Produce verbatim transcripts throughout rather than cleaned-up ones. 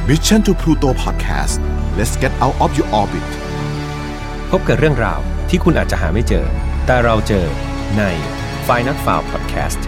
Mission to Pluto Podcast let's get out of your orbit พบกับเรื่องราวที่คุณอาจจะหาไม่เจอแต่เราเจอใน Find Not Found Podcast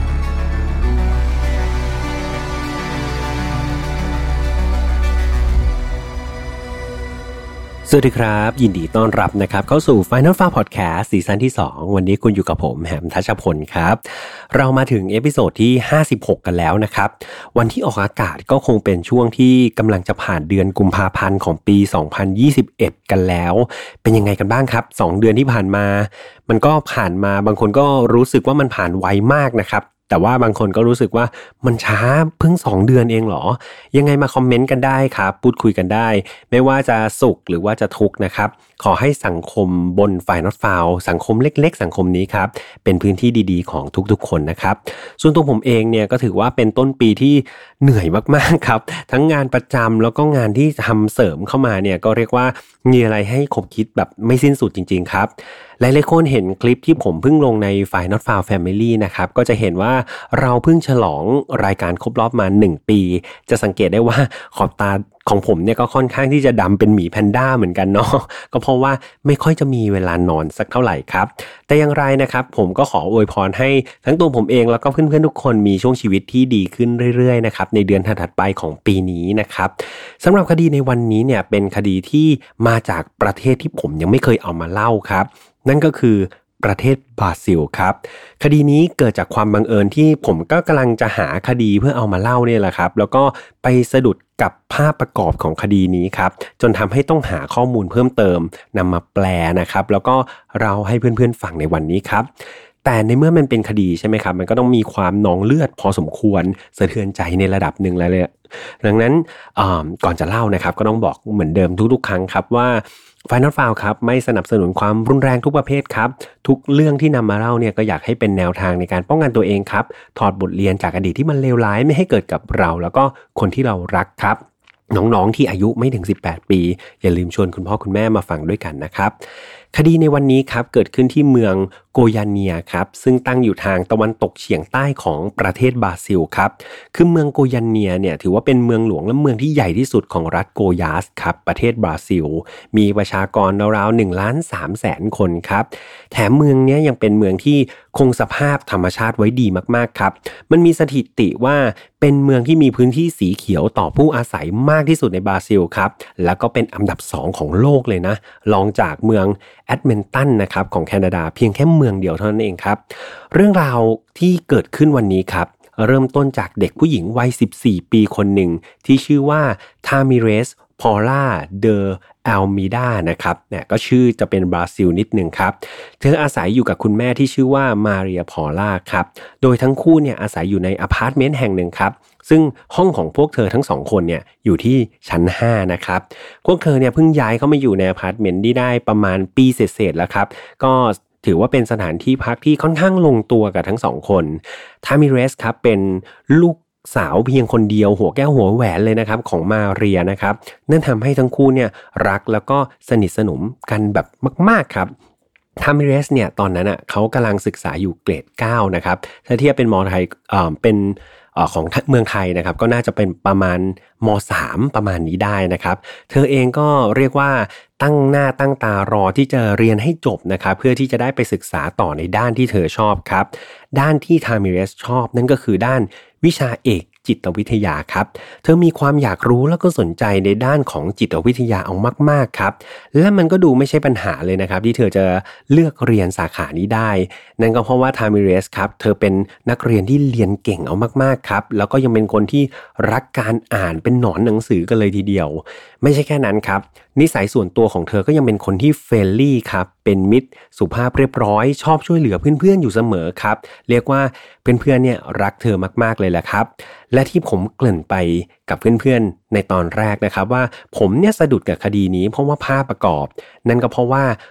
สวัสดีครับยินดีต้อนรับนะครับเข้าสู่ Final Far Podcast ซีซั่นที่สองวันนี้คุณอยู่กับผมแหมทัชพลครับเรามาถึงเอพิโซดที่ห้าสิบหกกันแล้วนะครับวันที่ออกอากาศก็คงเป็นช่วงที่กำลังจะผ่านเดือนกุมภาพันธ์ของปีสองพันยี่สิบเอ็ดกันแล้วเป็นยังไงกันบ้างครับสองเดือนที่ผ่านมามันก็ผ่านมาบางคนก็รู้สึกว่ามันผ่านไวมากนะครับแต่ว่าบางคนก็รู้สึกว่ามันช้าเพิ่งสองเดือนเองเหรอยังไงมาคอมเมนต์กันได้ครับพูดคุยกันได้ไม่ว่าจะสุขหรือว่าจะทุกข์นะครับขอให้สังคมบน Find Not Found สังคมเล็กๆสังคมนี้ครับเป็นพื้นที่ดีๆของทุกๆคนนะครับส่วนตัวผมเองเนี่ยก็ถือว่าเป็นต้นปีที่เหนื่อยมากๆครับทั้งงานประจำแล้วก็งานที่ทำเสริมเข้ามาเนี่ยก็เรียกว่ามีอะไรให้คบคิดแบบไม่สิ้นสุดจริงๆครับหลายๆคนเห็นคลิปที่ผมเพิ่งลงใน Find Not Found Family นะครับก็จะเห็นว่าเราเพิ่งฉลองรายการครบรอบมาหนึ่งปีจะสังเกตได้ว่าขอบตาของผมเนี่ยก็ค่อนข้างที่จะดำเป็นหมีแพนด้าเหมือนกันเนาะก็เพราะว่าไม่ค่อยจะมีเวลานอนสักเท่าไหร่ครับแต่อย่างไรนะครับผมก็ขออวยพรให้ทั้งตัวผมเองแล้วก็เพื่อนๆทุกคนมีช่วงชีวิตที่ดีขึ้นเรื่อยๆนะครับในเดือนถัดๆไปของปีนี้นะครับสำหรับคดีในวันนี้เนี่ยเป็นคดีที่มาจากประเทศที่ผมยังไม่เคยเอามาเล่าครับนั่นก็คือประเทศบราซิลครับคดีนี้เกิดจากความบังเอิญที่ผมก็กำลังจะหาคดีเพื่อเอามาเล่าเนี่ยแหละครับแล้วก็ไปสะดุดกับภาพประกอบของคดีนี้ครับจนทำให้ต้องหาข้อมูลเพิ่มเติมนำมาแปลนะครับแล้วก็เราให้เพื่อนๆฟังในวันนี้ครับแต่ในเมื่อมันเป็นคดีใช่ไหมครับมันก็ต้องมีความนองเลือดพอสมควรสะเทือนใจในระดับหนึ่งแล้วเลยดังนั้นก่อนจะเล่านะครับก็ต้องบอกเหมือนเดิมทุกๆครั้งครับว่าFind Not Found ครับไม่สนับสนุนความรุนแรงทุกประเภทครับทุกเรื่องที่นำมาเล่าเนี่ยก็อยากให้เป็นแนวทางในการป้องกันตัวเองครับถอดบทเรียนจากอดีตที่มันเลวร้ายไม่ให้เกิดกับเราแล้วก็คนที่เรารักครับน้องๆที่อายุไม่ถึงสิบแปดปีอย่าลืมชวนคุณพ่อคุณแม่มาฟังด้วยกันนะครับคดีในวันนี้ครับเกิดขึ้นที่เมืองโกยาเนียครับซึ่งตั้งอยู่ทางตะวันตกเฉียงใต้ของประเทศบราซิลครับคือเมืองโกยาเนียเนี่ยถือว่าเป็นเมืองหลวงและเมืองที่ใหญ่ที่สุดของรัฐโกยาสครับประเทศบราซิลมีประชากรราวๆหนึ่งล้านสามแสนคนครับแถมเมืองนี้ยังเป็นเมืองที่คงสภาพธรรมชาติไว้ดีมากๆครับมันมีสถิติว่าเป็นเมืองที่มีพื้นที่สีเขียวต่อผู้อาศัยมากที่สุดในบราซิลครับแล้วก็เป็นอันดับสองของโลกเลยนะรองจากเมืองแอดเมนตันนะครับของแคนาดาเพียงแค่เมืองเดียวเท่านั้นเองครับเรื่องราวที่เกิดขึ้นวันนี้ครับเริ่มต้นจากเด็กผู้หญิงวัยสิบสี่ปีคนหนึ่งที่ชื่อว่าทามิเรสพอล่าเดอแอลมิดานะครับเนี่ยก็ชื่อจะเป็นบราซิลนิดนึงครับเธออาศัยอยู่กับคุณแม่ที่ชื่อว่ามาเรียพอล่าครับโดยทั้งคู่เนี่ยอาศัยอยู่ในอพาร์ตเมนต์แห่งหนึ่งครับซึ่งห้องของพวกเธอทั้งสองคนเนี่ยอยู่ที่ชั้นห้านะครับพวกเธอเนี่ยเพิ่งย้ายเข้ามาอยู่ในอพาร์ตเมนต์ที่ได้ประมาณปีเศษๆแล้วครับก็ถือว่าเป็นสถานที่พักที่ค่อนข้างลงตัวกับทั้งสองคนทามิเรสครับเป็นลูกสาวเพียงคนเดียวหัวแก้วหัวแหวนเลยนะครับของมาเรียนะครับนั่นทำให้ทั้งคู่เนี่ยรักแล้วก็สนิทสนมกันแบบมากๆครับทามิเรสเนี่ยตอนนั้นอ่ะเขากำลังศึกษาอยู่เกรดเก้านะครับถ้าเทียบเป็นม.ไทยเอ่อเป็นเอ่อของเมืองไทยนะครับก็น่าจะเป็นประมาณม.สาม ประมาณนี้ได้นะครับเธอเองก็เรียกว่าตั้งหน้าตั้งตารอที่จะเรียนให้จบนะครับเพื่อที่จะได้ไปศึกษาต่อในด้านที่เธอชอบครับด้านที่ทามิเรสชอบนั่นก็คือด้านวิชาเอกจิตวิทยาครับเธอมีความอยากรู้แล้วก็สนใจในด้านของจิตวิทยาเอามากๆครับและมันก็ดูไม่ใช่ปัญหาเลยนะครับที่เธอจะเลือกเรียนสาขานี้ได้นั่นก็เพราะว่าทามิเรสครับเธอเป็นนักเรียนที่เรียนเก่งเอามากๆครับแล้วก็ยังเป็นคนที่รักการอ่านเป็นหนอนหนังสือกันเลยทีเดียวไม่ใช่แค่นั้นครับนิสัยส่วนตัวของเธอก็ยังเป็นคนที่เฟรนลี่ครับเป็นมิตรสุภาพเรียบร้อยชอบช่วยเหลือเพื่อนๆอยู่เสมอครับเรียกว่าเพื่อนๆเนี่ยรักเธอมากๆเลยแหละครับและที่ผมเกริ่นไปกับเพื่อนๆในตอนแรกนะครับว่าผมเนี่ยสะดุดกับคดีนี้เพราะว่าภาพประกอบนั่นก็เพราะว่าเ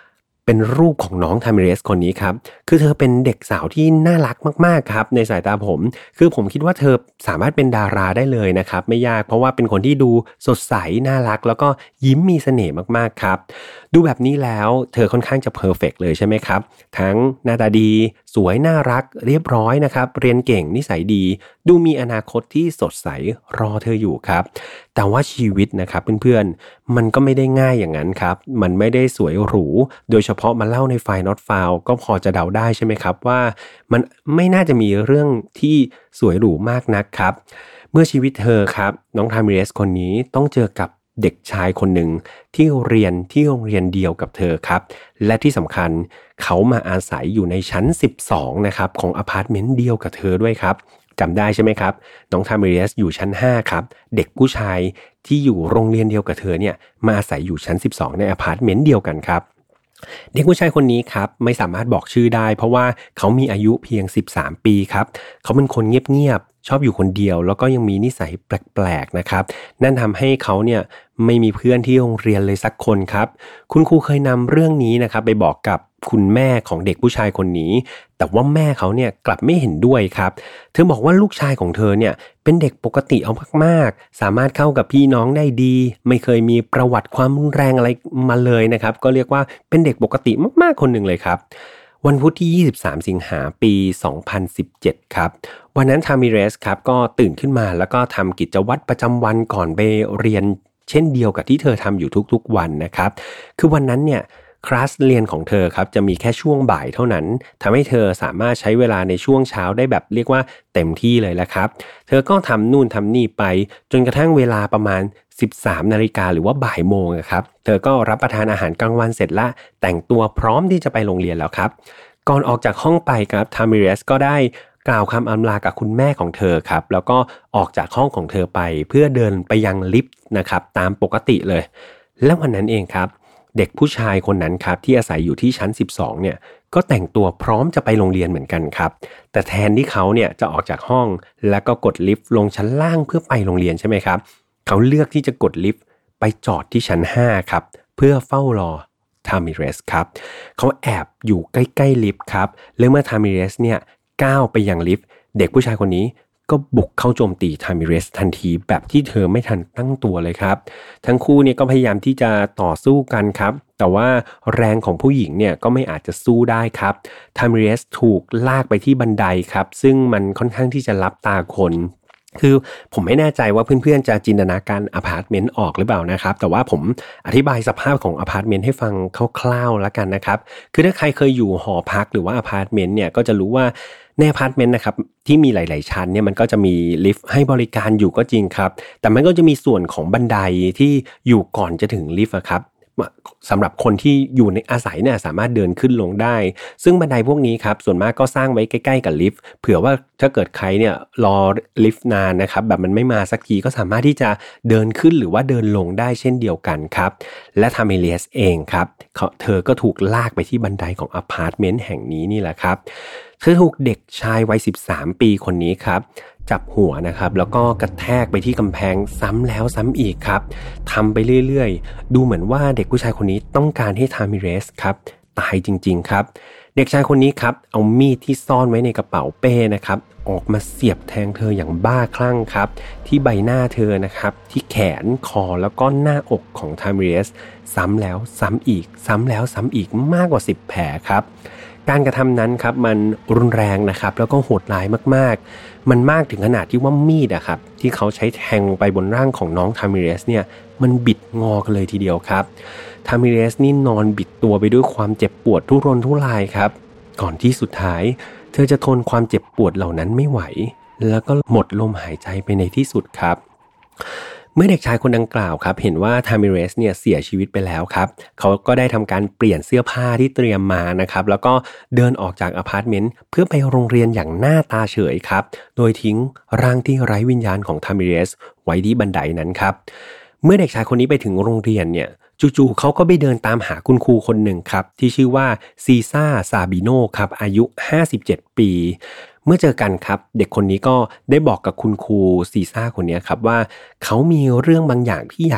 เป็นรูปของน้องทามิเรสคนนี้ครับคือเธอเป็นเด็กสาวที่น่ารักมากๆครับในสายตาผมคือผมคิดว่าเธอสามารถเป็นดาราได้เลยนะครับไม่ยากเพราะว่าเป็นคนที่ดูสดใสน่ารักแล้วก็ยิ้มมีเสน่ห์มากๆครับดูแบบนี้แล้วเธอค่อนข้างจะเพอร์เฟกต์เลยใช่ไหมครับทั้งหน้าตาดีสวยน่ารักเรียบร้อยนะครับเรียนเก่งนิสัยดีดูมีอนาคตที่สดใสรอเธออยู่ครับแต่ว่าชีวิตนะครับเพื่อนๆมันก็ไม่ได้ง่ายอย่างนั้นครับมันไม่ได้สวยหรูโดยเฉพาะมาเล่าในไฟล์ not found ก็พอจะเดาได้ใช่ไหมครับว่ามันไม่น่าจะมีเรื่องที่สวยหรูมากนักครับเมื่อชีวิตเธอครับน้องทามิเรสคนนี้ต้องเจอกับเด็กชายคนหนึ่งที่เรียนที่โรงเรียนเดียวกับเธอครับและที่สำคัญเขามาอาศัยอยู่ในชั้นสิบสองนะครับของอพาร์ตเมนต์เดียวกับเธอด้วยครับจำได้ใช่ไหมครับน้องทามิเรสอยู่ชั้นห้าครับเด็กผู้ชายที่อยู่โรงเรียนเดียวกับเธอเนี่ยมาอาศัยอยู่ชั้นสิบสองในอพาร์ตเมนต์เดียวกันครับเด็กผู้ชายคนนี้ครับไม่สามารถบอกชื่อได้เพราะว่าเขามีอายุเพียงสิบสามปีครับเขาเป็นคนเงียบๆชอบอยู่คนเดียวแล้วก็ยังมีนิสัยแปลกๆนะครับนั่นทำให้เขาเนี่ยไม่มีเพื่อนที่โรงเรียนเลยสักคนครับคุณครูเคยนำเรื่องนี้นะครับไปบอกกับคุณแม่ของเด็กผู้ชายคนนี้แต่ว่าแม่เขาเนี่ยกลับไม่เห็นด้วยครับเธอบอกว่าลูกชายของเธอเนี่ยเป็นเด็กปกติเอามากๆสามารถเข้ากับพี่น้องได้ดีไม่เคยมีประวัติความรุนแรงอะไรมาเลยนะครับก็เรียกว่าเป็นเด็กปกติมากๆคนหนึ่งเลยครับวันพุธที่ยี่สิบสามสิงหาปีสองพันสิบเจ็ดครับวันนั้นทามิเรสครับก็ตื่นขึ้นมาแล้วก็ทำกิจวัตรประจำวันก่อนไปเรียนเช่นเดียวกับที่เธอทำอยู่ทุกๆวันนะครับคือวันนั้นเนี่ยคลาสเรียนของเธอครับจะมีแค่ช่วงบ่ายเท่านั้นทำให้เธอสามารถใช้เวลาในช่วงเช้าได้แบบเรียกว่าเต็มที่เลยละครับเธอก็ทำนู่นทำนี่ไปจนกระทั่งเวลาประมาณสิบสามนาฬิกาหรือว่าบ่ายโมงครับเธอก็รับประทานอาหารกลางวันเสร็จละแต่งตัวพร้อมที่จะไปโรงเรียนแล้วครับก่อนออกจากห้องไปครับทามิเรสก็ได้กล่าวคำอำลากับคุณแม่ของเธอครับแล้วก็ออกจากห้องของเธอไปเพื่อเดินไปยังลิฟต์นะครับตามปกติเลยและวันนั้นเองครับเด็กผู้ชายคนนั้นครับที่อาศัยอยู่ที่ชั้นสิบสองเนี่ยก็แต่งตัวพร้อมจะไปโรงเรียนเหมือนกันครับแต่แทนที่เขาเนี่ยจะออกจากห้องแล้วก็กดลิฟต์ลงชั้นล่างเพื่อไปโรงเรียนใช่ไหมครับเขาเลือกที่จะกดลิฟต์ไปจอดที่ชั้นห้าครับเพื่อเฝ้ารอทามิเรสครับเขาแอบอยู่ใกล้ๆลิฟต์ครับและเมื่อทามิเรสเนี่ยก้าวไปยังลิฟต์เด็กผู้ชายคนนี้ก็บุกเข้าโจมตีทามิเรสทันทีแบบที่เธอไม่ทันตั้งตัวเลยครับทั้งคู่เนี่ยก็พยายามที่จะต่อสู้กันครับแต่ว่าแรงของผู้หญิงเนี่ยก็ไม่อาจจะสู้ได้ครับทามิเรสถูกลากไปที่บันไดครับซึ่งมันค่อนข้างที่จะลับตาคนคือผมไม่แน่ใจว่าเพื่อนๆจะจินตนาการอพาร์ตเมนต์ออกหรือเปล่านะครับแต่ว่าผมอธิบายสภาพของอพาร์ตเมนต์ให้ฟังคร่าวๆแล้วกันนะครับคือถ้าใครเคยอยู่หอพักหรือว่าอพาร์ตเมนต์เนี่ยก็จะรู้ว่าในอพาร์ตเมนต์นะครับที่มีหลายๆชั้นเนี่ยมันก็จะมีลิฟต์ให้บริการอยู่ก็จริงครับแต่มันก็จะมีส่วนของบันไดที่อยู่ก่อนจะถึงลิฟต์ครับสำหรับคนที่อยู่ในอาศัยเนี่ยสามารถเดินขึ้นลงได้ซึ่งบันไดพวกนี้ครับส่วนมากก็สร้างไว้ใกล้ๆกับลิฟต์เผื่อว่าถ้าเกิดใครเนี่ยรอลิฟต์นานนะครับแบบมันไม่มาสักทีก็สามารถที่จะเดินขึ้นหรือว่าเดินลงได้เช่นเดียวกันครับและทามิเรสเองครับเธอก็ถูกลากไปที่บันไดของอพาร์ตเมนต์แห่งนี้นี่แหละครับเธอถูกเด็กชายวัยสิบสามปีคนนี้ครับจับหัวนะครับแล้วก็กระแทกไปที่กำแพงซ้ำแล้วซ้ำอีกครับทำไปเรื่อยๆดูเหมือนว่าเด็กผู้ชายคนนี้ต้องการให้ทามิเรสครับตายจริงๆครับเด็กชายคนนี้ครับเอามีดที่ซ่อนไว้ในกระเป๋าเป้นะครับออกมาเสียบแทงเธออย่างบ้าคลั่งครับที่ใบหน้าเธอนะครับที่แขนคอแล้วก็หน้าอกของทามิเรสซ้ำแล้วซ้ำอีกซ้ำแล้วซ้ำอีกมากกว่าสิบแผลครับการกระทำนั้นครับมันรุนแรงนะครับแล้วก็โหดร้ายมากๆมันมากถึงขนาดที่ว่ามีดอะครับที่เขาใช้แทงลงไปบนร่างของน้องทามิเรสเนี่ยมันบิดงอกันเลยทีเดียวครับทามิเรสนี่นอนบิดตัวไปด้วยความเจ็บปวดทุรนทุรายครับก่อนที่สุดท้ายเธอจะทนความเจ็บปวดเหล่านั้นไม่ไหวแล้วก็หมดลมหายใจไปในที่สุดครับเมื่อเด็กชายคนดังกล่าวครับเห็นว่าทามิเรสเนี่ยเสียชีวิตไปแล้วครับเขาก็ได้ทำการเปลี่ยนเสื้อผ้าที่เตรียมมานะครับแล้วก็เดินออกจากอพาร์ตเมนต์เพื่อไปโรงเรียนอย่างหน้าตาเฉยครับโดยทิ้งร่างที่ไร้วิญญาณของทามิเรสไว้ที่บันไดนั้นครับเมื่อเด็กชายคนนี้ไปถึงโรงเรียนเนี่ยจู่ๆเขาก็ไปเดินตามหาคุณครูคนหนึ่งครับที่ชื่อว่าซีซ่าซาบิโนครับอายุห้าสิบเจ็ดปีเมื่อเจอกันครับเด็กคนนี้ก็ได้บอกกับคุณครูซีซ่าคนนี้ครับว่าเขามีเรื่องบางอย่างที่อยากจะ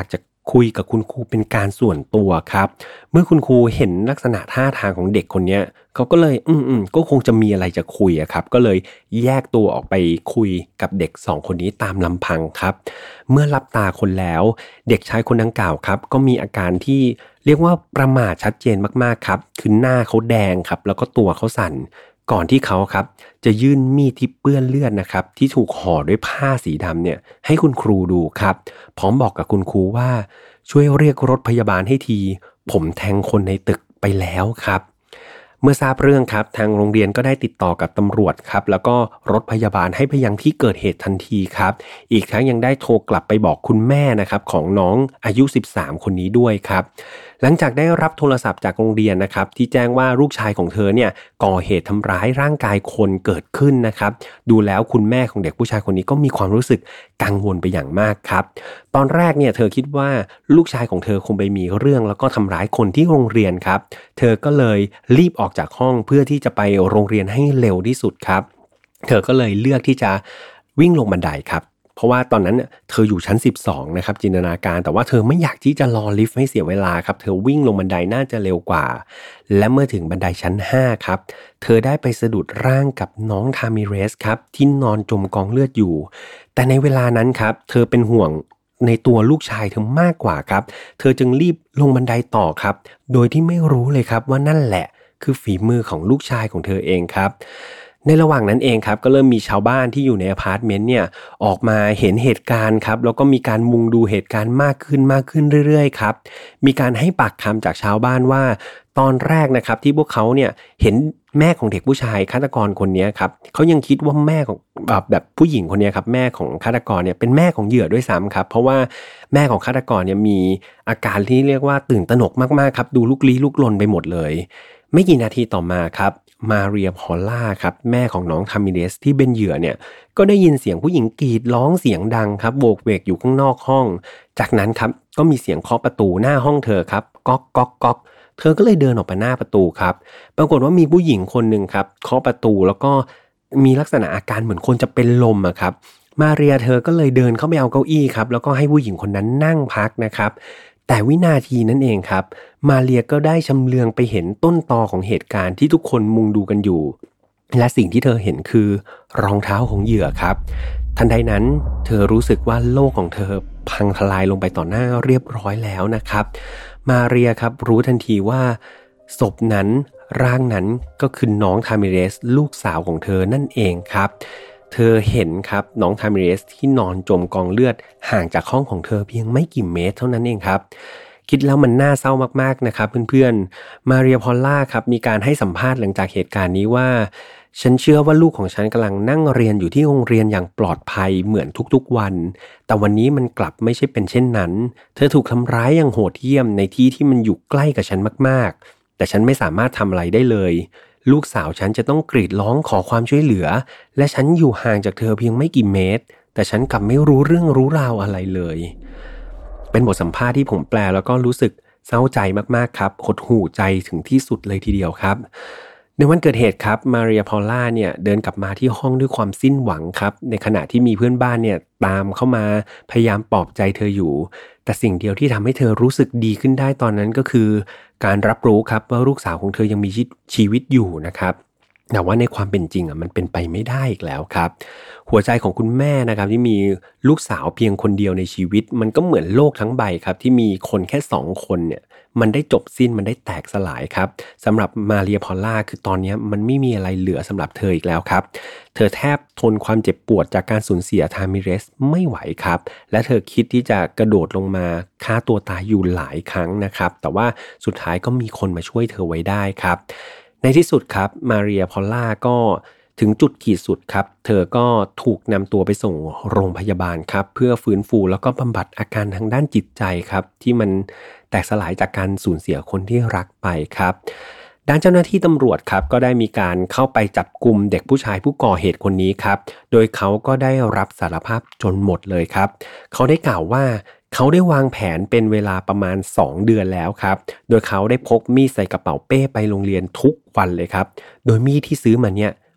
คุยกับคุณครูเป็นการส่วนตัวครับเมื่อคุณครูเห็นลักษณะท่าทางของเด็กคนนี้เขาก็เลยอืมๆก็คงจะมีอะไรจะคุยอะครับก็เลยแยกตัวออกไปคุยกับเด็กสองคนนี้ตามลำพังครับเมื่อลับตาคนแล้วเด็กชายคนดังกล่าวครับก็มีอาการที่เรียกว่าประหม่าชัดเจนมากๆครับคือหน้าเขาแดงครับแล้วก็ตัวเขาสั่นก่อนที่เขาครับจะยื่นมีดที่เปื้อนเลือดนะครับที่ถูกห่อด้วยผ้าสีดำเนี่ยให้คุณครูดูครับพร้อมบอกกับคุณครูว่าช่วยเรียกรถพยาบาลให้ทีผมแทงคนในตึกไปแล้วครับเมื่อทราบเรื่องครับทางโรงเรียนก็ได้ติดต่อกับตำรวจครับแล้วก็รถพยาบาลให้ไปยังที่เกิดเหตุทันทีครับอีกทั้งยังได้โทรกลับไปบอกคุณแม่นะครับของน้องอายุสิบสามคนนี้ด้วยครับหลังจากได้รับโทรศัพท์จากโรงเรียนนะครับที่แจ้งว่าลูกชายของเธอเนี่ยก่อเหตุทำร้ายร่างกายคนเกิดขึ้นนะครับดูแล้วคุณแม่ของเด็กผู้ชายคนนี้ก็มีความรู้สึกกังวลไปอย่างมากครับตอนแรกเนี่ยเธอคิดว่าลูกชายของเธอคงไปมีเรื่องแล้วก็ทำร้ายคนที่โรงเรียนครับเธอก็เลยรีบออกจากห้องเพื่อที่จะไปโรงเรียนให้เร็วที่สุดครับเธอก็เลยเลือกที่จะวิ่งลงบันไดครับเพราะว่าตอนนั้นเธออยู่ชั้นสิบสองนะครับจินตนาการแต่ว่าเธอไม่อยากที่จะรอลิฟต์ให้เสียเวลาครับเธอวิ่งลงบันไดน่าจะเร็วกว่าและเมื่อถึงบันไดชั้นห้าครับเธอได้ไปสะดุดร่างกับน้องทามิเรสครับที่นอนจมกองเลือดอยู่แต่ในเวลานั้นครับเธอเป็นห่วงในตัวลูกชายเธอมากกว่าครับเธอจึงรีบลงบันไดต่อครับโดยที่ไม่รู้เลยครับว่านั่นแหละคือฝีมือของลูกชายของเธอเองครับในระหว่างนั้นเองครับก็เริ่มมีชาวบ้านที่อยู่ในอพาร์ตเมนต์เนี่ยออกมาเห็นเหตุการณ์ครับแล้วก็มีการมุงดูเหตุการณ์มากขึ้นมากขึ้นเรื่อยๆครับมีการให้ปากคำจากชาวบ้านว่าตอนแรกนะครับที่พวกเขาเนี่ยเห็นแม่ของเด็กผู้ชายฆาตกรคนนี้ครับเขายังคิดว่าแม่ของแบบแบบผู้หญิงคนนี้ครับแม่ของฆาตกรเนี่ยเป็นแม่ของเหยื่อด้วยซ้ำครับเพราะว่าแม่ของฆาตกรเนี่ยมีอาการที่เรียกว่าตื่นตระหนกมากๆครับดูลุกลี้ลุกลนไปหมดเลยไม่กี่นาทีต่อมาครับมาเรียพอลล่าครับแม่ของน้องทามิเรสที่เป็นเหยื่อเนี่ยก็ได้ยินเสียงผู้หญิงกรีดร้องเสียงดังครับโวกเวกอยู่ข้างนอกห้องจากนั้นครับก็มีเสียงเคาะประตูหน้าห้องเธอครับก๊อกก๊อกก๊อกเธอก็เลยเดินออกไปหน้าประตูครับปรากฏว่ามีผู้หญิงคนหนึ่งครับเคาะประตูแล้วก็มีลักษณะอาการเหมือนคนจะเป็นลมอะครับมาเรียเธอก็เลยเดินเข้าไปเอาเก้าอี้ครับแล้วก็ให้ผู้หญิงคนนั้นนั่งพักนะครับแต่วินาทีนั้นเองครับมาเรียก็ได้ชำเลืองไปเห็นต้นตอของเหตุการณ์ที่ทุกคนมุงดูกันอยู่และสิ่งที่เธอเห็นคือรองเท้าของเหยื่อครับทันใดนั้นเธอรู้สึกว่าโลกของเธอพังทลายลงไปต่อหน้าเรียบร้อยแล้วนะครับมาเรียครับรู้ทันทีว่าศพนั้นร่างนั้นก็คือน้องทามิเรสลูกสาวของเธอนั่นเองครับเธอเห็นครับน้องทามิเรสที่นอนจมกองเลือดห่างจากห้องของเธอเพียงไม่กี่เมตรเท่านั้นเองครับคิดแล้วมันน่าเศร้ามากๆนะครับเพื่อนๆมาเรียพอลล่าครับมีการให้สัมภาษณ์หลังจากเหตุการณ์นี้ว่าฉันเชื่อว่าลูกของฉันกำลังนั่งเรียนอยู่ที่โรงเรียนอย่างปลอดภัยเหมือนทุกๆวันแต่วันนี้มันกลับไม่ใช่เป็นเช่นนั้นเธอถูกทำร้ายอย่างโหดเหี้ยมในที่ที่มันอยู่ใกล้กับฉันมากๆแต่ฉันไม่สามารถทำอะไรได้เลยลูกสาวฉันจะต้องกรีดร้องขอความช่วยเหลือและฉันอยู่ห่างจากเธอเพียงไม่กี่เมตรแต่ฉันกลับไม่รู้เรื่องรู้ราวอะไรเลยเป็นบทสัมภาษณ์ที่ผมแปลแล้วก็รู้สึกเศร้าใจมากๆครับหดหู่ใจถึงที่สุดเลยทีเดียวครับในวันเกิดเหตุครับมาเรียพอลล่าเนี่ยเดินกลับมาที่ห้องด้วยความสิ้นหวังครับในขณะที่มีเพื่อนบ้านเนี่ยตามเข้ามาพยายามปลอบใจเธออยู่แต่สิ่งเดียวที่ทำให้เธอรู้สึกดีขึ้นได้ตอนนั้นก็คือการรับรู้ครับว่าลูกสาวของเธอยังมีชีวิตอยู่นะครับแต่ว่าในความเป็นจริงอ่ะมันเป็นไปไม่ได้อีกแล้วครับหัวใจของคุณแม่นะครับที่มีลูกสาวเพียงคนเดียวในชีวิตมันก็เหมือนโลกทั้งใบครับที่มีคนแค่สองคนเนี่ยมันได้จบสิ้นมันได้แตกสลายครับสำหรับมาเรียพอลล่าคือตอนนี้มันไม่มีอะไรเหลือสำหรับเธออีกแล้วครับเธอแทบทนความเจ็บปวดจากการสูญเสียทามิเรสไม่ไหวครับและเธอคิดที่จะกระโดดลงมาฆ่าตัวตายอยู่หลายครั้งนะครับแต่ว่าสุดท้ายก็มีคนมาช่วยเธอไว้ได้ครับในที่สุดครับมาเรียพอลล่าก็ถึงจุดขีดสุดครับเธอก็ถูกนำตัวไปส่งโรงพยาบาลครับเพื่อฟื้นฟูแล้วก็บำบัดอาการทางด้านจิตใจครับที่มันแตกสลายจากการสูญเสียคนที่รักไปครับด้านเจ้าหน้าที่ตำรวจครับก็ได้มีการเข้าไปจับกุมเด็กผู้ชายผู้ก่อเหตุคนนี้ครับโดยเขาก็ได้รับสารภาพจนหมดเลยครับเขาได้กล่าวว่าเขาได้วางแผนเป็นเวลาประมาณสองเดือนแล้วครับโดยเขาได้พกมีดใส่กระเป๋าเป้ไปโรงเรียนทุกวันเลยครับโดยมีดที่ซื้อมาเนี่ย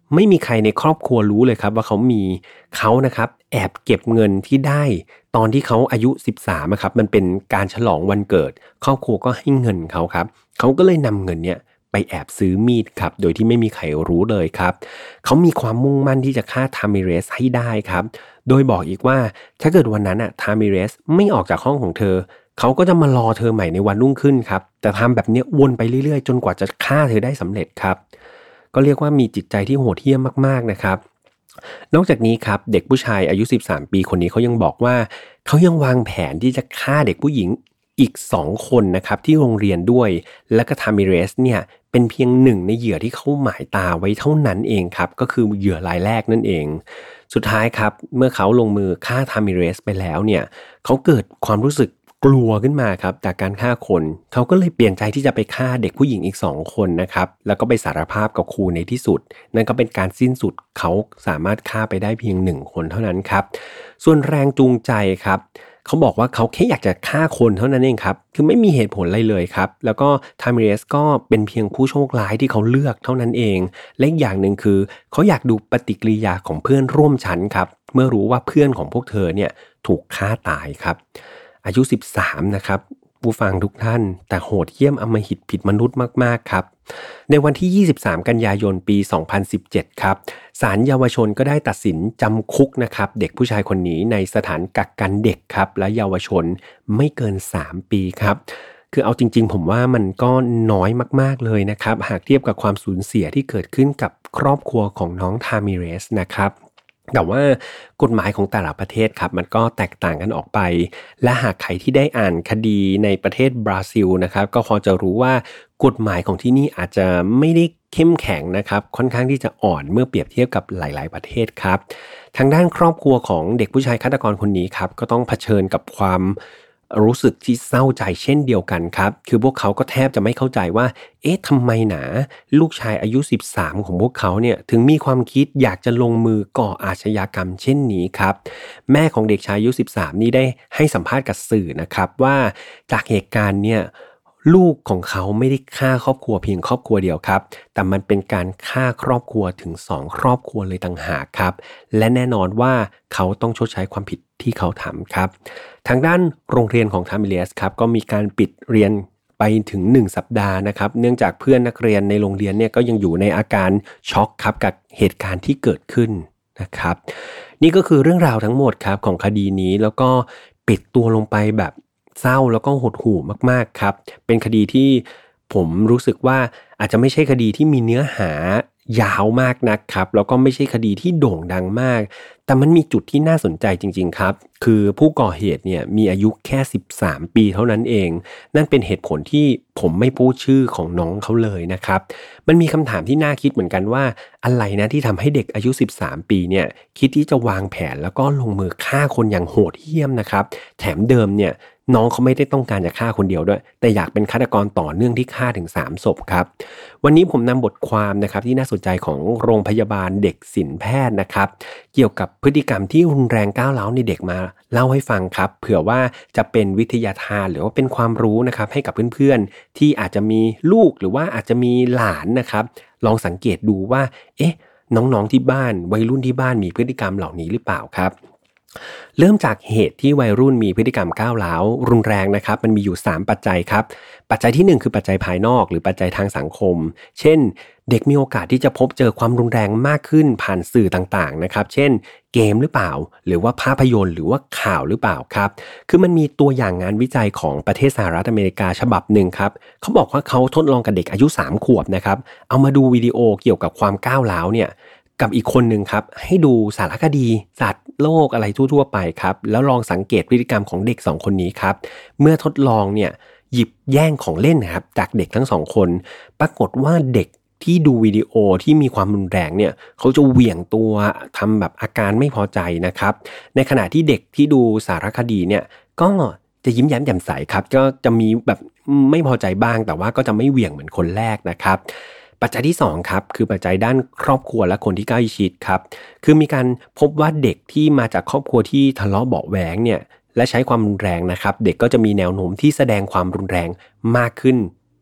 ไม่มีใครในครอบครัวรู้เลยครับว่าเขามีเขานะครับแอบเก็บเงินที่ได้ตอนที่เขาอายุสิบสามครับมันเป็นการฉลองวันเกิดครอบครัวก็ให้เงินเขาครับเขาก็เลยนำเงินเนี่ยไปแอบซื้อมีดครับโดยที่ไม่มีใครรู้เลยครับเขามีความมุ่งมั่นที่จะฆ่าทามิเรสให้ได้ครับโดยบอกอีกว่าถ้าเกิดวันนั้นอะทามิเรสไม่ออกจากห้องของเธอเขาก็จะมารอเธอใหม่ในวันรุ่งขึ้นครับแต่ทำแบบนี้วนไปเรื่อยๆจนกว่าจะฆ่าเธอได้สำเร็จครับก็เรียกว่ามีจิตใจที่โหดเหี้ยมมากๆนะครับนอกจากนี้ครับเด็กผู้ชายอายุสิบสามปีคนนี้เขายังบอกว่าเขายังวางแผนที่จะฆ่าเด็กผู้หญิงอีกสองคนนะครับที่โรงเรียนด้วยและก็ทามิเรสเนี่ยเป็นเพียงหนึ่งในเหยื่อที่เขาหมายตาไว้เท่านั้นเองครับก็คือเหยื่อรายแรกนั่นเองสุดท้ายครับเมื่อเขาลงมือฆ่าทามิเรสไปแล้วเนี่ยเขาเกิดความรู้สึกกลัวขึ้นมาครับจากการฆ่าคนเขาก็เลยเปลี่ยนใจที่จะไปฆ่าเด็กผู้หญิงอีกสองคนนะครับแล้วก็ไปสารภาพกับครูในที่สุดนั่นก็เป็นการสิ้นสุดเขาสามารถฆ่าไปได้เพียงหนึ่งคนเท่านั้นครับส่วนแรงจูงใจครับเขาบอกว่าเขาแค่อยากจะฆ่าคนเท่านั้นเองครับคือไม่มีเหตุผลอะไรเลยครับแล้วก็ทามิเรสก็เป็นเพียงผู้โชคร้ายที่เขาเลือกเท่านั้นเองและอีกอย่างหนึ่งคือเขาอยากดูปฏิกิริยาของเพื่อนร่วมชั้นครับเมื่อรู้ว่าเพื่อนของพวกเธอเนี่ยถูกฆ่าตายครับอายุสิบสามนะครับผู้ฟังทุกท่านแต่โหดเหี้ยมอำมหิตผิดมนุษย์มากๆครับในวันที่ยี่สิบสามกันยายนปีสองพันสิบเจ็ดครับศาลเยาวชนก็ได้ตัดสินจำคุกนะครับเด็กผู้ชายคนนี้ในสถานกักกันเด็กครับและเยาวชนไม่เกินสามปีครับคือเอาจริงๆผมว่ามันก็น้อยมากๆเลยนะครับหากเทียบกับความสูญเสียที่เกิดขึ้นกับครอบครัวของน้องทามิเรสนะครับแต่ว่ากฎหมายของแต่ละประเทศครับมันก็แตกต่างกันออกไปและหากใครที่ได้อ่านคดีในประเทศบราซิลนะครับก็พอจะรู้ว่ากฎหมายของที่นี่อาจจะไม่ได้เข้มแข็งนะครับค่อนข้างที่จะอ่อนเมื่อเปรียบเทียบกับหลายๆประเทศครับทางด้านครอบครัวของเด็กผู้ชายฆาตกรคนนี้ครับก็ต้องเผชิญกับความรู้สึกที่เศร้าใจเช่นเดียวกันครับคือพวกเขาก็แทบจะไม่เข้าใจว่าเอ๊ะทำไมหนาลูกชายอายุสิบสามของพวกเขาเนี่ยถึงมีความคิดอยากจะลงมือก่ออาชญากรรมเช่นนี้ครับแม่ของเด็กชายอายุสิบสามนี่ได้ให้สัมภาษณ์กับสื่อนะครับว่าจากเหตุการณ์เนี่ยลูกของเขาไม่ได้ฆ่าครอบครัวเพียงครอบครัวเดียวครับแต่มันเป็นการฆ่าครอบครัวถึงสองครอบครัวเลยต่างหากครับและแน่นอนว่าเขาต้องชดใช้ความผิดที่เขาทำครับทางด้านโรงเรียนของทามิเรสครับก็มีการปิดเรียนไปถึงหนึ่งสัปดาห์นะครับเนื่องจากเพื่อนนักเรียนในโรงเรียนเนี่ยก็ยังอยู่ในอาการช็อกครับกับเหตุการณ์ที่เกิดขึ้นนะครับนี่ก็คือเรื่องราวทั้งหมดครับของคดีนี้แล้วก็ปิดตัวลงไปแบบเศร้าแล้วก็หดหู่มากๆครับเป็นคดีที่ผมรู้สึกว่าอาจจะไม่ใช่คดีที่มีเนื้อหายาวมากนักครับแล้วก็ไม่ใช่คดีที่โด่งดังมากแต่มันมีจุดที่น่าสนใจจริงๆครับคือผู้ก่อเหตุเนี่ยมีอายุแค่สิบสามปีเท่านั้นเองนั่นเป็นเหตุผลที่ผมไม่พูดชื่อของน้องเขาเลยนะครับมันมีคำถามที่น่าคิดเหมือนกันว่าอะไรนะที่ทำให้เด็กอายุสิบสามปีเนี่ยคิดที่จะวางแผนแล้วก็ลงมือฆ่าคนอย่างโหดเหี้ยมนะครับแถมเดิมเนี่ยน้องเขาไม่ได้ต้องการจะฆ่าคนเดียวด้วยแต่อยากเป็นฆาตกรต่อเนื่องที่ฆ่าถึงสามศพครับวันนี้ผมนำบทความนะครับที่น่าสนใจของโรงพยาบาลเด็กศิลป์แพทย์นะครับเกี่ยวกับพฤติกรรมที่รุนแรงก้าวร้าวในเด็กมาเล่าให้ฟังครับเผื่อว่าจะเป็นวิทยาทานหรือว่าเป็นความรู้นะครับให้กับเพื่อนๆที่อาจจะมีลูกหรือว่าอาจจะมีหลานนะครับลองสังเกตดูว่าเอ๊ะน้องๆที่บ้านวัยรุ่นที่บ้านมีพฤติกรรมเหล่านี้หรือเปล่าครับเริ่มจากเหตุที่วัยรุ่นมีพฤติกรรมก้าวร้าวรุนแรงนะครับมันมีอยู่สามปัจจัยครับปัจจัยที่หนึ่งคือปัจจัยภายนอกหรือปัจจัยทางสังคมเช่นเด็กมีโอกาสที่จะพบเจอความรุนแรงมากขึ้นผ่านสื่อต่างๆนะครับเช่นเกมหรือเปล่าหรือว่าภาพยนตร์หรือว่าข่าวหรือเปล่าครับคือมันมีตัวอย่างงานวิจัยของประเทศสหรัฐอเมริกาฉบับหนึ่งครับเขาบอกว่าเขาทดลองกับเด็กอายุสามขวบนะครับเอามาดูวิดีโอเกี่ยวกับความก้าวร้าวเนี่ยกับอีกคนหนึ่งครับให้ดูสารคดีสัตว์โลกอะไรทั่วๆไปครับแล้วลองสังเกตพฤติกรรมของเด็กสองคนนี้ครับเมื่อทดลองเนี่ยหยิบแย่งของเล่นนะครับจากเด็กทั้งสองคนปรากฏว่าเด็กที่ดูวิดีโอที่มีความรุนแรงเนี่ยเขาจะเหวี่ยงตัวทำแบบอาการไม่พอใจนะครับในขณะที่เด็กที่ดูสารคดีเนี่ยก็จะยิ้มแย้มแจ่มใสครับก็จะมีแบบไม่พอใจบ้างแต่ว่าก็จะไม่เหวี่ยงเหมือนคนแรกนะครับปัจจัยที่สองครับคือปัจจัยด้านครอบครัวและคนที่ใกล้ชิดครับคือมีการพบว่าเด็กที่มาจากครอบครัวที่ทะเลาะเบาะแว้งเนี่ยและใช้ความรุนแรงนะครับเด็กก็จะมีแนวโน้มที่แสดงความรุนแรงมากขึ้น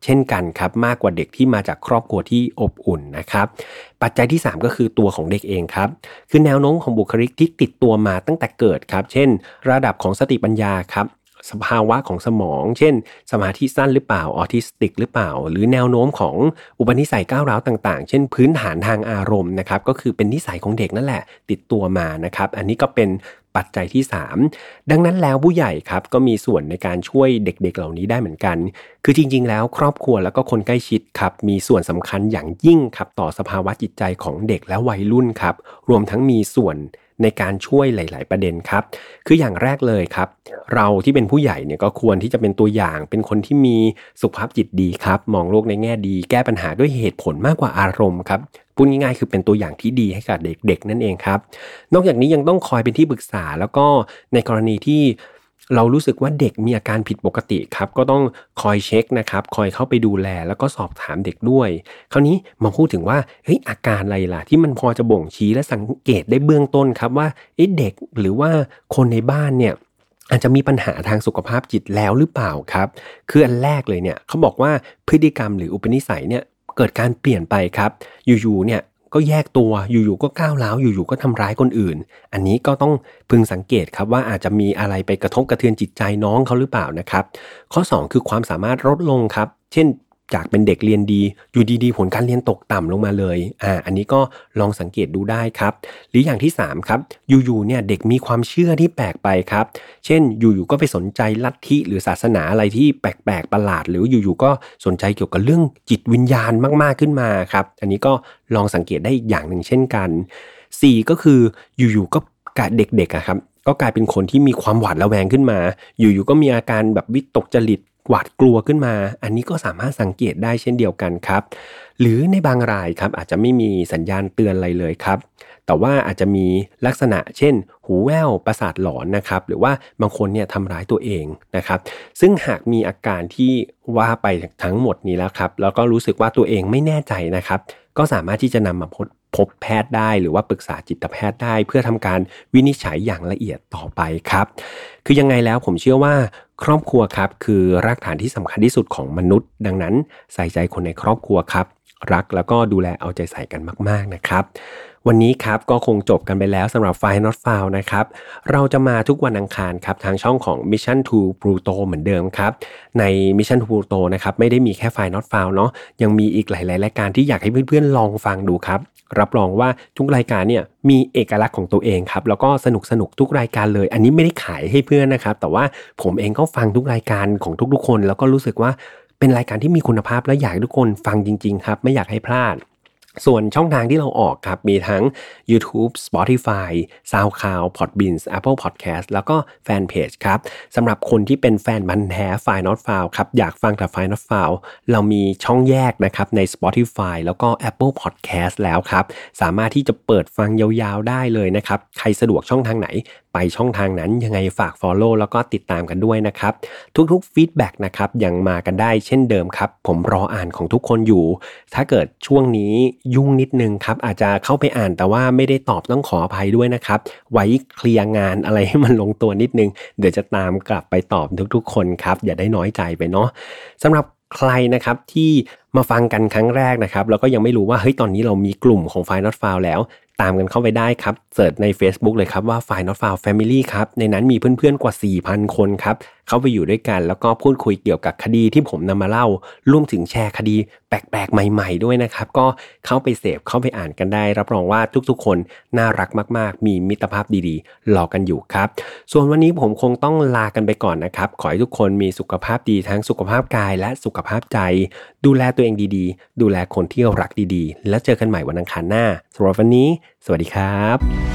เช่นกันครับมากกว่าเด็กที่มาจากครอบครัวที่อบอุ่นนะครับปัจจัยที่สามก็คือตัวของเด็กเองครับคือแนวโน้มของบุคลิกที่ติดตัวมาตั้งแต่เกิดครับเช่นระดับของสติปัญญาครับสภาวะของสมองเช่นสมาธิสั้นหรือเปล่าออทิสติกหรือเปล่าหรือแนวโน้มของอุปนิสัยก้าวร้าวต่างๆเช่นพื้นฐานทางอารมณ์นะครับก็คือเป็นนิสัยของเด็กนั่นแหละติดตัวมานะครับอันนี้ก็เป็นปัจจัยที่สามดังนั้นแล้วผู้ใหญ่ครับก็มีส่วนในการช่วยเด็กๆเหล่านี้ได้เหมือนกันคือจริงๆแล้วครอบครัวแล้วก็คนใกล้ชิดครับมีส่วนสำคัญอย่างยิ่งครับต่อสภาวะจิตใจของเด็กและวัยรุ่นครับรวมทั้งมีส่วนในการช่วยหลายๆประเด็นครับคืออย่างแรกเลยครับเราที่เป็นผู้ใหญ่เนี่ยก็ควรที่จะเป็นตัวอย่างเป็นคนที่มีสุขภาพจิตดีครับมองโลกในแง่ดีแก้ปัญหาด้วยเหตุผลมากกว่าอารมณ์ครับพูดง่ายๆคือเป็นตัวอย่างที่ดีให้กับเด็กๆนั่นเองครับนอกจากนี้ยังต้องคอยเป็นที่ปรึกษาแล้วก็ในกรณีที่เรารู้สึกว่าเด็กมีอาการผิดปกติครับก็ต้องคอยเช็คนะครับคอยเข้าไปดูแลแล้วก็สอบถามเด็กด้วยคราวนี้มาพูดถึงว่าเฮ้ยอาการอะไรล่ะที่มันพอจะบ่งชี้และสังเกตได้เบื้องต้นครับว่าเอ๊ะเด็กหรือว่าคนในบ้านเนี่ยอาจจะมีปัญหาทางสุขภาพจิตแล้วหรือเปล่าครับคืออันแรกเลยเนี่ยเขาบอกว่าพฤติกรรมหรืออุปนิสัยเนี่ยเกิดการเปลี่ยนไปครับอยู่ๆเนี่ยก็แยกตัวอยู่ๆก็ก้าวร้าวอยู่ๆก็ทำร้ายคนอื่นอันนี้ก็ต้องพึงสังเกตครับว่าอาจจะมีอะไรไปกระทบกระเทือนจิตใจน้องเขาหรือเปล่านะครับข้อสองคือความสามารถลดลงครับเช่นจากเป็นเด็กเรียนดีอยู่ดีๆผลการเรียนตกต่ำลงมาเลยอ่าอันนี้ก็ลองสังเกตดูได้ครับหรืออย่างที่สามครับอยู่ๆเนี่ยเด็กมีความเชื่อที่แปลกไปครับเช่นอยู่ๆก็ไปสนใจลัทธิหรือศาสนาอะไรที่แปลกๆประหลาดหรืออยู่ๆก็สนใจเกี่ยวกับเรื่องจิตวิญญาณมากๆขึ้นมาครับอันนี้ก็ลองสังเกตได้อีกอย่างหนึ่งเช่นกันสี่ก็คืออยู่ๆก็เด็กๆอะครับก็กลายเป็นคนที่มีความหวาดระแวงขึ้นมาอยู่ๆก็มีอาการแบบวิตกจริตหวาดกลัวขึ้นมาอันนี้ก็สามารถสังเกตได้เช่นเดียวกันครับหรือในบางรายครับอาจจะไม่มีสัญญาณเตือนอะไรเลยครับแต่ว่าอาจจะมีลักษณะเช่นหูแว่วประสาทหลอนนะครับหรือว่าบางคนเนี่ยทำร้ายตัวเองนะครับซึ่งหากมีอาการที่ว่าไปทั้งหมดนี้แล้วครับแล้วก็รู้สึกว่าตัวเองไม่แน่ใจนะครับก็สามารถที่จะนำมาพบพบแพทย์ได้หรือว่าปรึกษาจิตแพทย์ได้เพื่อทำการวินิจฉัยอย่างละเอียดต่อไปครับคือยังไงแล้วผมเชื่อว่าครอบครัวครับคือรากฐานที่สำคัญที่สุดของมนุษย์ดังนั้นใส่ใจคนในครอบครัวครับรักแล้วก็ดูแลเอาใจใส่กันมากๆนะครับวันนี้ครับก็คงจบกันไปแล้วสำหรับ File Not Found นะครับเราจะมาทุกวันอังคารครับทางช่องของ Mission to Pluto เหมือนเดิมครับใน Mission to Pluto นะครับไม่ได้มีแค่ File Not Found เนาะยังมีอีกหลายๆรายการที่อยากให้เพื่อนๆลองฟังดูครับรับรองว่าทุกรายการเนี่ยมีเอกลักษณ์ของตัวเองครับแล้วก็สนุกสนุกทุกรายการเลยอันนี้ไม่ได้ขายให้เพื่อนนะครับแต่ว่าผมเองก็ฟังทุกรายการของทุกๆคนแล้วก็รู้สึกว่าเป็นรายการที่มีคุณภาพและอยากให้ทุกคนฟังจริงๆครับไม่อยากให้พลาดส่วนช่องทางที่เราออกครับมีทั้ง YouTube, Spotify, SoundCloud, Podbean, Apple Podcast แล้วก็แฟนเพจครับสำหรับคนที่เป็นแฟนพันธุ์แท้ File Not Found ครับอยากฟังแต่ File Not Found เรามีช่องแยกนะครับใน Spotify แล้วก็ Apple Podcast แล้วครับสามารถที่จะเปิดฟังยาวๆได้เลยนะครับใครสะดวกช่องทางไหนไปช่องทางนั้นยังไงฝาก follow แล้วก็ติดตามกันด้วยนะครับทุกๆ feedback นะครับยังมากันได้เช่นเดิมครับผมรออ่านของทุกคนอยู่ถ้าเกิดช่วงนี้ยุ่งนิดนึงครับอาจจะเข้าไปอ่านแต่ว่าไม่ได้ตอบต้องขออภัยด้วยนะครับไว้เคลียร์งานอะไรให้มันลงตัวนิดนึงเดี๋ยวจะตามกลับไปตอบทุกๆคนครับอย่าได้น้อยใจไปเนาะสำหรับใครนะครับที่มาฟังกันครั้งแรกนะครับแล้วก็ยังไม่รู้ว่าเฮ้ยตอนนี้เรามีกลุ่มของ File Not Found แล้วตามกันเข้าไปได้ครับเสิร์ชใน Facebook เลยครับว่า File Not Found Family ครับในนั้นมีเพื่อนๆกว่า สี่พัน คนครับเข้าไปอยู่ด้วยกันแล้วก็พูดคุยเกี่ยวกับคดีที่ผมนำมาเล่ารวมถึงแชร์คดีแปลกๆใหม่ๆด้วยนะครับก็เข้าไปเสพเข้าไปอ่านกันได้รับรองว่าทุกๆคนน่ารักมากๆมีมิตรภาพดีๆรอกันอยู่ครับส่วนวันนี้ผมคงต้องลากันไปก่อนนะครับขอให้ทุกคนมีสุขภาพดีทั้งสุขภาพกายและสุขภาพใจดูแลตัวเองดีๆดูแลคนที่รักดีๆแล้วเจอกันใหม่วันอังคารหน้าสำหรับวันนี้สวัสดีครับ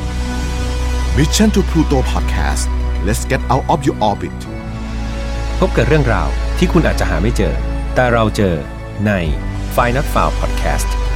Mission to Pluto Podcast let's get out of your orbit พบกับเรื่องราวที่คุณอาจจะหาไม่เจอแต่เราเจอใน File Not Found Podcast